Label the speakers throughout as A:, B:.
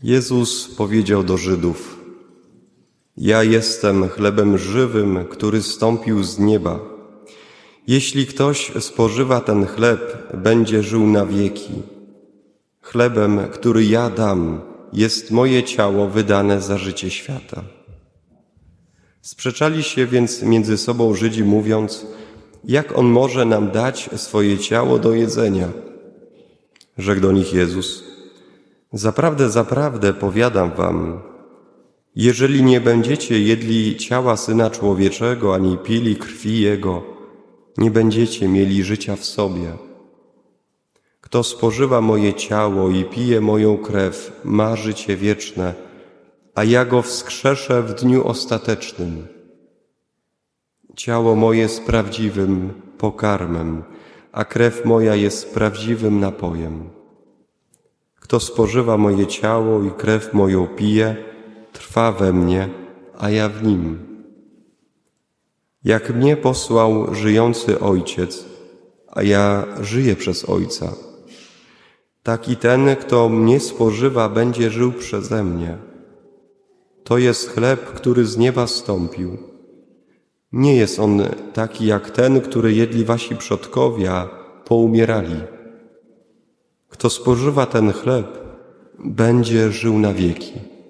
A: Jezus powiedział do Żydów: Ja jestem chlebem żywym, który zstąpił z nieba. Jeśli ktoś spożywa ten chleb, będzie żył na wieki. Chlebem, który ja dam, jest moje ciało wydane za życie świata. Sprzeczali się więc między sobą Żydzi, mówiąc: jak on może nam dać swoje ciało do jedzenia? Rzekł do nich Jezus: Zaprawdę, zaprawdę powiadam wam, jeżeli nie będziecie jedli ciała Syna Człowieczego, ani pili krwi Jego, nie będziecie mieli życia w sobie. Kto spożywa moje ciało i pije moją krew, ma życie wieczne, a ja go wskrzeszę w dniu ostatecznym. Ciało moje jest prawdziwym pokarmem, a krew moja jest prawdziwym napojem. Kto spożywa moje ciało i krew moją pije, trwa we mnie, a ja w nim. Jak mnie posłał żyjący Ojciec, a ja żyję przez Ojca, tak i ten, kto mnie spożywa, będzie żył przeze mnie. To jest chleb, który z nieba zstąpił. Nie jest on taki jak ten, który jedli wasi przodkowie, a poumierali. Kto spożywa ten chleb, będzie żył na wieki.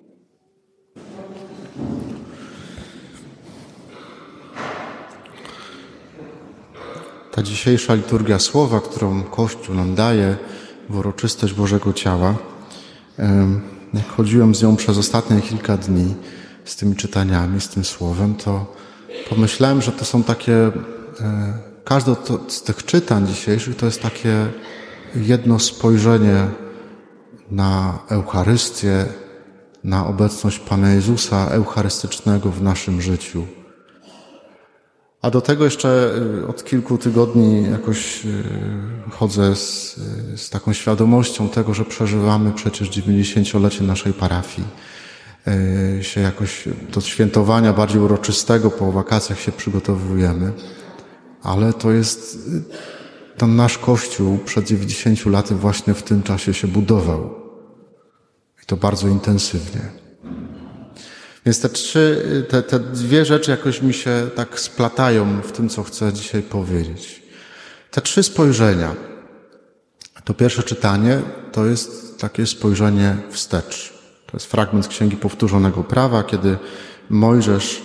B: Ta dzisiejsza liturgia słowa, którą Kościół nam daje w uroczystość Bożego Ciała, jak chodziłem z nią przez ostatnie kilka dni, z tymi czytaniami, z tym słowem, to pomyślałem, że to są takie, każde z tych czytań dzisiejszych to jest takie jedno spojrzenie na Eucharystię, na obecność Pana Jezusa eucharystycznego w naszym życiu. A do tego jeszcze od kilku tygodni jakoś chodzę z taką świadomością tego, że przeżywamy przecież 90-lecie naszej parafii. Się jakoś do świętowania bardziej uroczystego po wakacjach się przygotowujemy. Ale to jest ten nasz Kościół przed 90 laty właśnie w tym czasie się budował. I to bardzo intensywnie. Więc te dwie rzeczy jakoś mi się tak splatają w tym, co chcę dzisiaj powiedzieć. Te trzy spojrzenia. To pierwsze czytanie to jest takie spojrzenie wstecz. To jest fragment z Księgi Powtórzonego Prawa, kiedy Mojżesz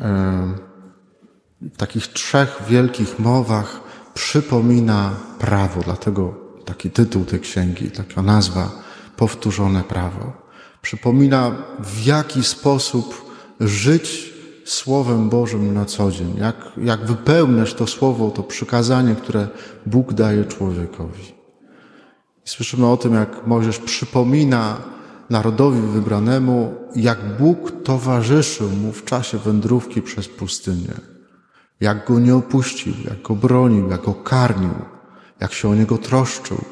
B: w takich trzech wielkich mowach przypomina prawo. Dlatego taki tytuł tej księgi, taka nazwa, Powtórzone Prawo. Przypomina, w jaki sposób żyć Słowem Bożym na co dzień. Jak wypełniać to Słowo, to przykazanie, które Bóg daje człowiekowi. I słyszymy o tym, jak Mojżesz przypomina narodowi wybranemu, jak Bóg towarzyszył mu w czasie wędrówki przez pustynię. Jak go nie opuścił, jak go bronił, jak go karmił, jak się o niego troszczył.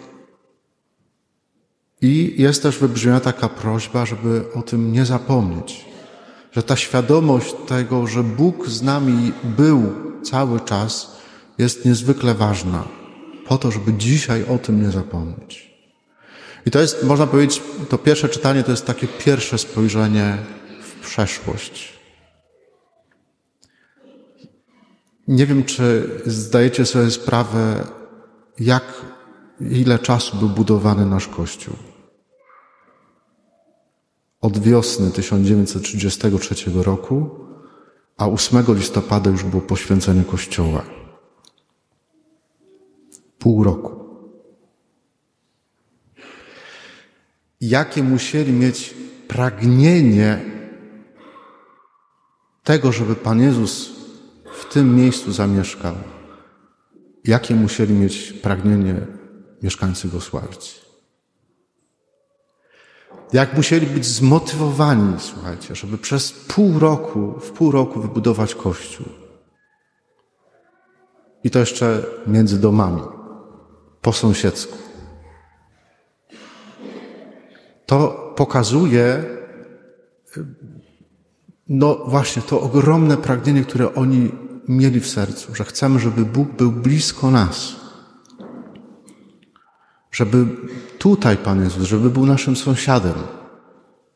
B: I jest też wybrzmiała taka prośba, żeby o tym nie zapomnieć. Że ta świadomość tego, że Bóg z nami był cały czas, jest niezwykle ważna. Po to, żeby dzisiaj o tym nie zapomnieć. I to jest, można powiedzieć, to pierwsze czytanie to jest takie pierwsze spojrzenie w przeszłość. Nie wiem, czy zdajecie sobie sprawę, ile czasu był budowany nasz Kościół. Od wiosny 1933 roku, a 8 listopada już było poświęcenie Kościoła. Pół roku. Jakie musieli mieć pragnienie tego, żeby Pan Jezus w tym miejscu zamieszkał. Jakie musieli mieć pragnienie mieszkańcy Gosławic. Jak musieli być zmotywowani, słuchajcie, żeby przez w pół roku wybudować Kościół. I to jeszcze między domami, po sąsiedzku. To pokazuje, właśnie to ogromne pragnienie, które oni mieli w sercu, że chcemy, żeby Bóg był blisko nas. Żeby tutaj Pan Jezus, żeby był naszym sąsiadem.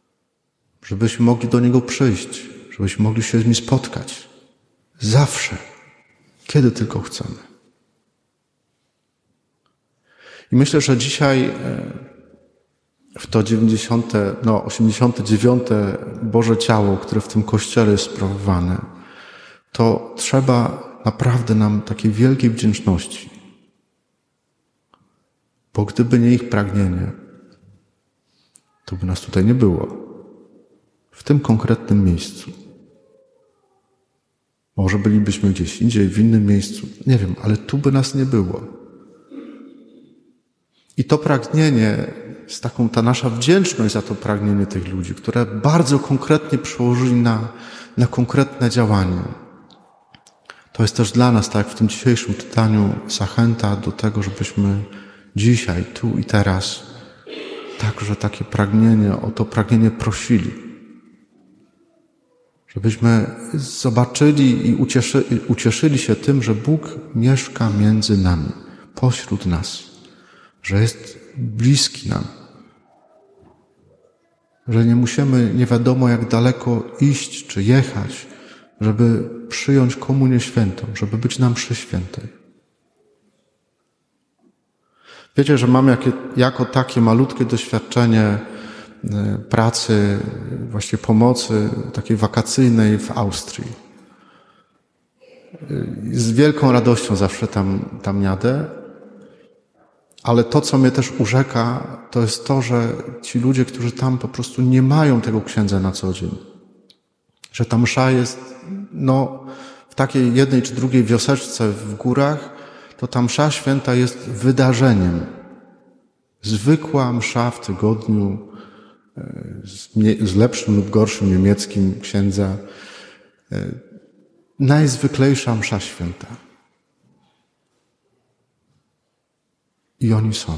B: żebyśmy mogli do Niego przyjść, żebyśmy mogli się z Nim spotkać. Zawsze, kiedy tylko chcemy. I myślę, że dzisiaj w to 89. Boże Ciało, które w tym Kościele jest sprawowane, to trzeba naprawdę nam takiej wielkiej wdzięczności. Bo gdyby nie ich pragnienie, to by nas tutaj nie było. W tym konkretnym miejscu. Może bylibyśmy gdzieś indziej, w innym miejscu. Nie wiem, ale tu by nas nie było. I to pragnienie, ta nasza wdzięczność za to pragnienie tych ludzi, które bardzo konkretnie przełożyli na konkretne działanie. To jest też dla nas, tak jak w tym dzisiejszym czytaniu, zachęta do tego, żebyśmy dzisiaj, tu i teraz także takie pragnienie, o to pragnienie prosili. Żebyśmy zobaczyli i ucieszyli się tym, że Bóg mieszka między nami, pośród nas, że jest bliski nam, że nie musimy nie wiadomo jak daleko iść czy jechać, żeby przyjąć komunię świętą, żeby być na mszy świętej. Wiecie, że mam jako takie malutkie doświadczenie pracy, właśnie pomocy takiej wakacyjnej w Austrii. Z wielką radością zawsze tam jadę, ale to, co mnie też urzeka, to jest to, że ci ludzie, którzy tam po prostu nie mają tego księdza na co dzień. Że ta msza jest, w takiej jednej czy drugiej wioseczce w górach, to ta msza święta jest wydarzeniem. Zwykła msza w tygodniu z lepszym lub gorszym niemieckim księdza. Najzwyklejsza msza święta. I oni są.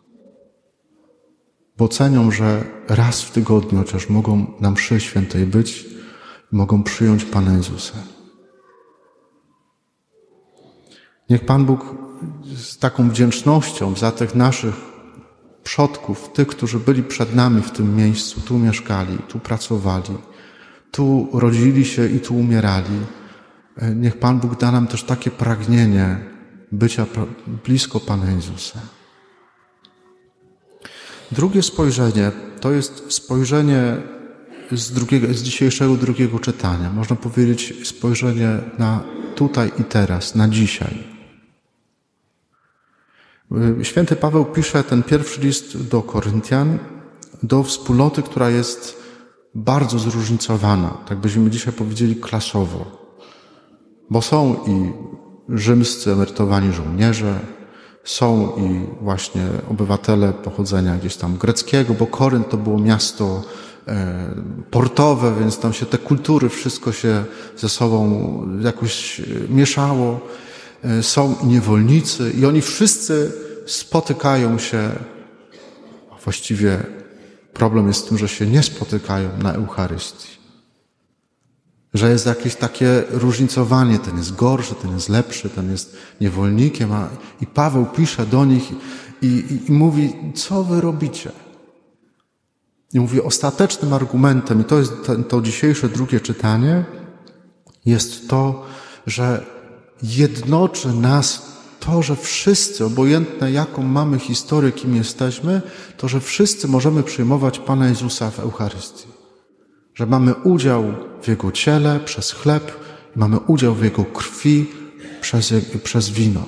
B: Bo cenią, że raz w tygodniu chociaż mogą na mszy świętej być i mogą przyjąć Pana Jezusa. Niech Pan Bóg z taką wdzięcznością za tych naszych przodków, tych, którzy byli przed nami w tym miejscu, tu mieszkali, tu pracowali, tu rodzili się i tu umierali. Niech Pan Bóg da nam też takie pragnienie bycia blisko Pana Jezusa. Drugie spojrzenie to jest spojrzenie z dzisiejszego drugiego czytania. Można powiedzieć spojrzenie na tutaj i teraz, na dzisiaj. Święty Paweł pisze ten pierwszy list do Koryntian, do wspólnoty, która jest bardzo zróżnicowana, tak byśmy dzisiaj powiedzieli klasowo. Bo są i rzymscy emerytowani żołnierze, są i właśnie obywatele pochodzenia gdzieś tam greckiego, bo Korynt to było miasto portowe, więc tam się te kultury, wszystko się ze sobą jakoś mieszało. Są i niewolnicy i oni wszyscy spotykają się, a właściwie problem jest w tym, że się nie spotykają na Eucharystii. Że jest jakieś takie różnicowanie, ten jest gorszy, ten jest lepszy, ten jest niewolnikiem, i Paweł pisze do nich i mówi, co wy robicie? I mówi, ostatecznym argumentem, i to jest to dzisiejsze drugie czytanie, jest to, że jednoczy nas to, że wszyscy, obojętne jaką mamy historię, kim jesteśmy, to, że wszyscy możemy przyjmować Pana Jezusa w Eucharystii. Że mamy udział w Jego ciele przez chleb i mamy udział w Jego krwi przez wino.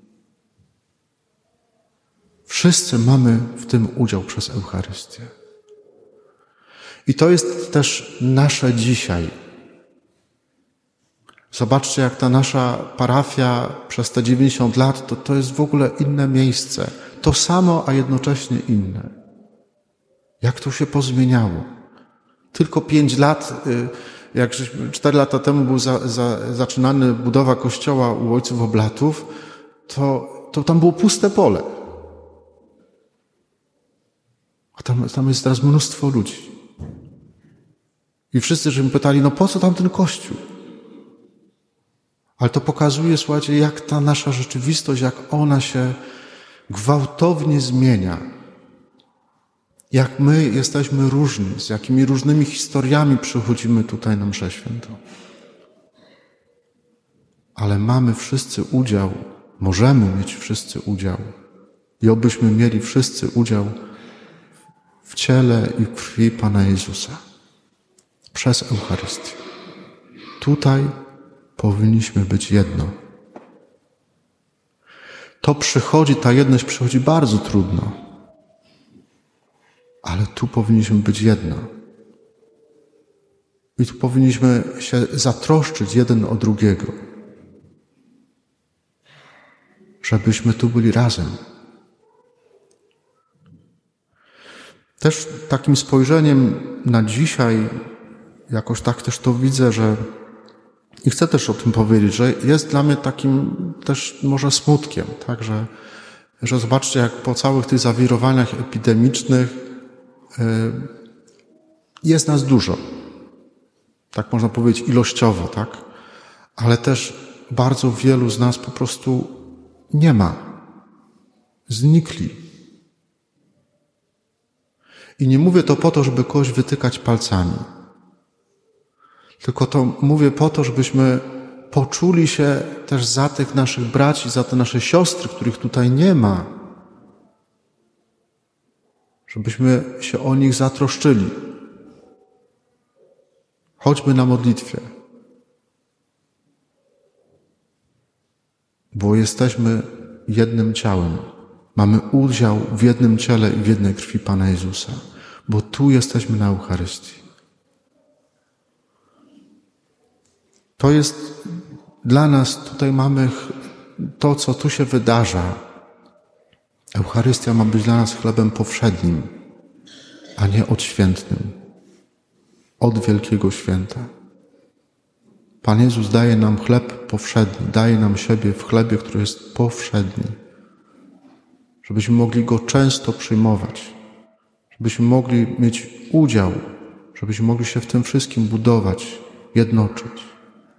B: Wszyscy mamy w tym udział przez Eucharystię. I to jest też nasze dzisiaj. Zobaczcie, jak ta nasza parafia przez te 90 lat, to jest w ogóle inne miejsce. To samo, a jednocześnie inne. Jak to się pozmieniało. Tylko 5 lat, jak 4 lata temu był zaczynany budowa kościoła u ojców oblatów, to tam było puste pole. A tam jest teraz mnóstwo ludzi. I wszyscy, że mi pytali, po co tam ten kościół? Ale to pokazuje, słuchajcie, jak ta nasza rzeczywistość, jak ona się gwałtownie zmienia. jak my jesteśmy różni, z jakimi różnymi historiami przychodzimy tutaj na mszę świętą. Ale mamy wszyscy udział, możemy mieć wszyscy udział i obyśmy mieli wszyscy udział w ciele i krwi Pana Jezusa przez Eucharystię. Tutaj powinniśmy być jedno. Ta jedność przychodzi bardzo trudno, ale tu powinniśmy być jedno. I tu powinniśmy się zatroszczyć jeden o drugiego, żebyśmy tu byli razem. Też takim spojrzeniem na dzisiaj, jakoś tak też to widzę, i chcę też o tym powiedzieć, że jest dla mnie takim też może smutkiem, tak, że zobaczcie, jak po całych tych zawirowaniach epidemicznych jest nas dużo. Tak można powiedzieć ilościowo, tak? Ale też bardzo wielu z nas po prostu nie ma. Znikli. I nie mówię to po to, żeby kogoś wytykać palcami. Tylko to mówię po to, żebyśmy poczuli się też za tych naszych braci, za te nasze siostry, których tutaj nie ma. Żebyśmy się o nich zatroszczyli. Choćby na modlitwie. Bo jesteśmy jednym ciałem. Mamy udział w jednym ciele i w jednej krwi Pana Jezusa. Bo tu jesteśmy na Eucharystii. To jest dla nas, tutaj mamy to, co tu się wydarza. Eucharystia ma być dla nas chlebem powszednim, a nie odświętnym. Od Wielkiego Święta. Pan Jezus daje nam chleb powszedni, daje nam siebie w chlebie, który jest powszedni. Żebyśmy mogli Go często przyjmować. Żebyśmy mogli mieć udział. Żebyśmy mogli się w tym wszystkim budować, jednoczyć.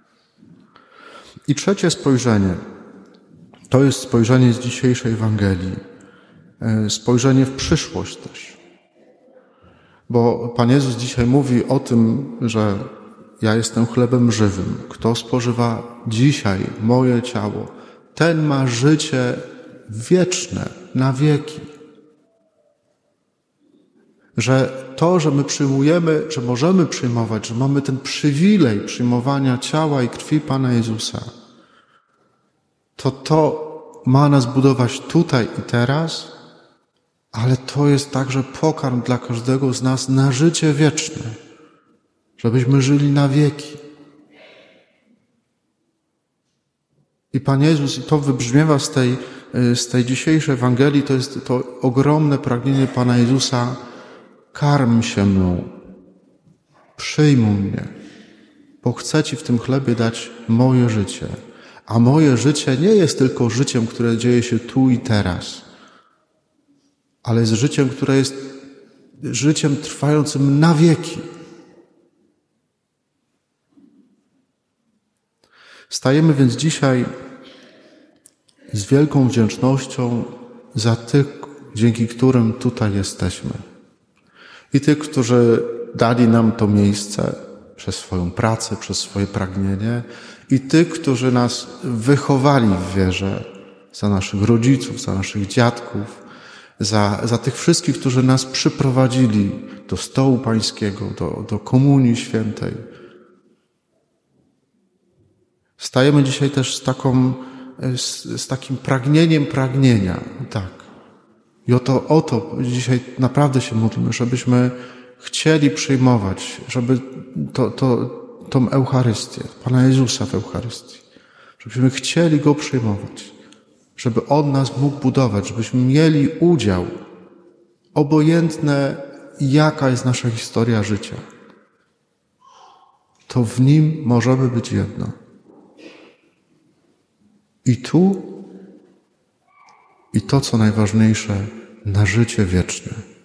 B: I trzecie spojrzenie, to jest spojrzenie z dzisiejszej Ewangelii. Spojrzenie w przyszłość też. Bo Pan Jezus dzisiaj mówi o tym, że ja jestem chlebem żywym. Kto spożywa dzisiaj moje ciało, ten ma życie wieczne, na wieki. Że to, że my przyjmujemy, że możemy przyjmować, że mamy ten przywilej przyjmowania ciała i krwi Pana Jezusa, to ma nas budować tutaj i teraz, ale to jest także pokarm dla każdego z nas na życie wieczne, żebyśmy żyli na wieki. I Pan Jezus, i to wybrzmiewa z tej dzisiejszej Ewangelii, to jest to ogromne pragnienie Pana Jezusa: karm się mną, przyjmuj mnie, bo chcę Ci w tym chlebie dać moje życie. A moje życie nie jest tylko życiem, które dzieje się tu i teraz, ale jest życiem, które jest życiem trwającym na wieki. Stajemy więc dzisiaj z wielką wdzięcznością za tych, dzięki którym tutaj jesteśmy. I tych, którzy dali nam to miejsce przez swoją pracę, przez swoje pragnienie, i tych, którzy nas wychowali w wierze, za naszych rodziców, za naszych dziadków, za tych wszystkich, którzy nas przyprowadzili do stołu pańskiego, do komunii świętej. Stajemy dzisiaj też z takim pragnieniem pragnienia. Tak. I o to dzisiaj naprawdę się modlimy, żebyśmy chcieli przyjmować, żeby tą Eucharystię, Pana Jezusa w Eucharystii, żebyśmy chcieli Go przyjmować, żeby On nas mógł budować, żebyśmy mieli udział, obojętne jaka jest nasza historia życia. To w Nim możemy być jedno. I tu, i to, co najważniejsze, na życie wieczne.